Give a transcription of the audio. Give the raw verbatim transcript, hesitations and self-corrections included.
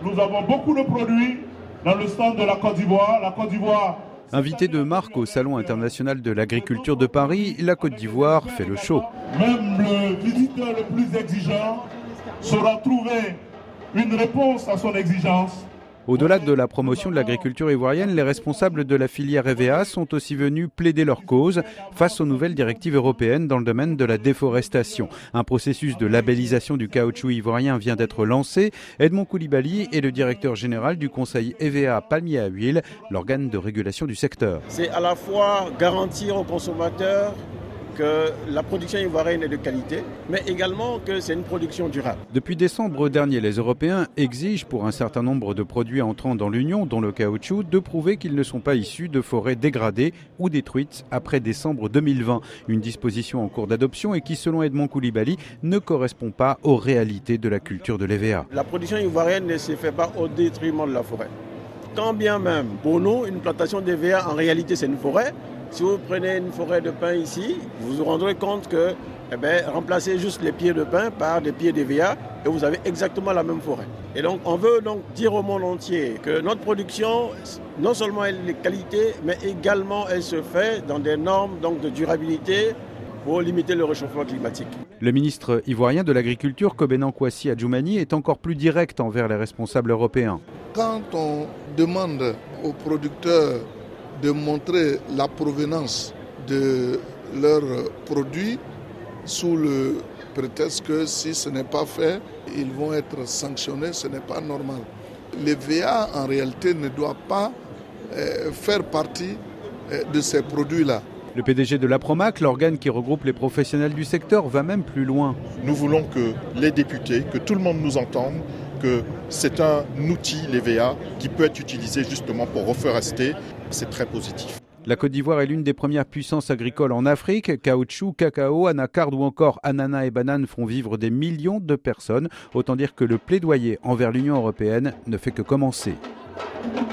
Nous avons beaucoup de produits dans le stand de la Côte d'Ivoire. La Côte d'Ivoire... Invitée de marque au Salon international de l'agriculture de Paris, la Côte d'Ivoire fait le show. Même le visiteur le plus exigeant saura trouver une réponse à son exigence. Au-delà de la promotion de l'agriculture ivoirienne, les responsables de la filière E V A sont aussi venus plaider leur cause face aux nouvelles directives européennes dans le domaine de la déforestation. Un processus de labellisation du caoutchouc ivoirien vient d'être lancé. Edmond Koulibaly est le directeur général du conseil E V A Palmier à Huile, l'organe de régulation du secteur. C'est à la fois garantir aux consommateurs que la production ivoirienne est de qualité, mais également que c'est une production durable. Depuis décembre dernier, les Européens exigent pour un certain nombre de produits entrant dans l'Union, dont le caoutchouc, de prouver qu'ils ne sont pas issus de forêts dégradées ou détruites après décembre deux mille vingt. Une disposition en cours d'adoption et qui, selon Edmond Koulibaly, ne correspond pas aux réalités de la culture de l'E V A. La production ivoirienne ne se fait pas au détriment de la forêt. Quand bien même, pour nous, une plantation d'E V A, en réalité, c'est une forêt. Si vous prenez une forêt de pin ici, vous vous rendrez compte que eh bien, remplacez juste les pieds de pin par des pieds d'E V A et vous avez exactement la même forêt. Et donc on veut donc dire au monde entier que notre production, non seulement elle est de qualité, mais également elle se fait dans des normes donc, de durabilité pour limiter le réchauffement climatique. Le ministre ivoirien de l'Agriculture, Kobenan Kwasi Adjoumani, est encore plus direct envers les responsables européens. Quand on demande aux producteurs de montrer la provenance de leurs produits sous le prétexte que si ce n'est pas fait, ils vont être sanctionnés, ce n'est pas normal. Les V A en réalité ne doivent pas euh, faire partie euh, de ces produits-là. Le P D G de l'Apromac, l'organe qui regroupe les professionnels du secteur, va même plus loin. Nous voulons que les députés, que tout le monde nous entende, que c'est un outil, les V A, qui peut être utilisé justement pour reforester. C'est très positif. La Côte d'Ivoire est l'une des premières puissances agricoles en Afrique. Caoutchouc, cacao, anacarde ou encore ananas et bananes font vivre des millions de personnes. Autant dire que le plaidoyer envers l'Union européenne ne fait que commencer.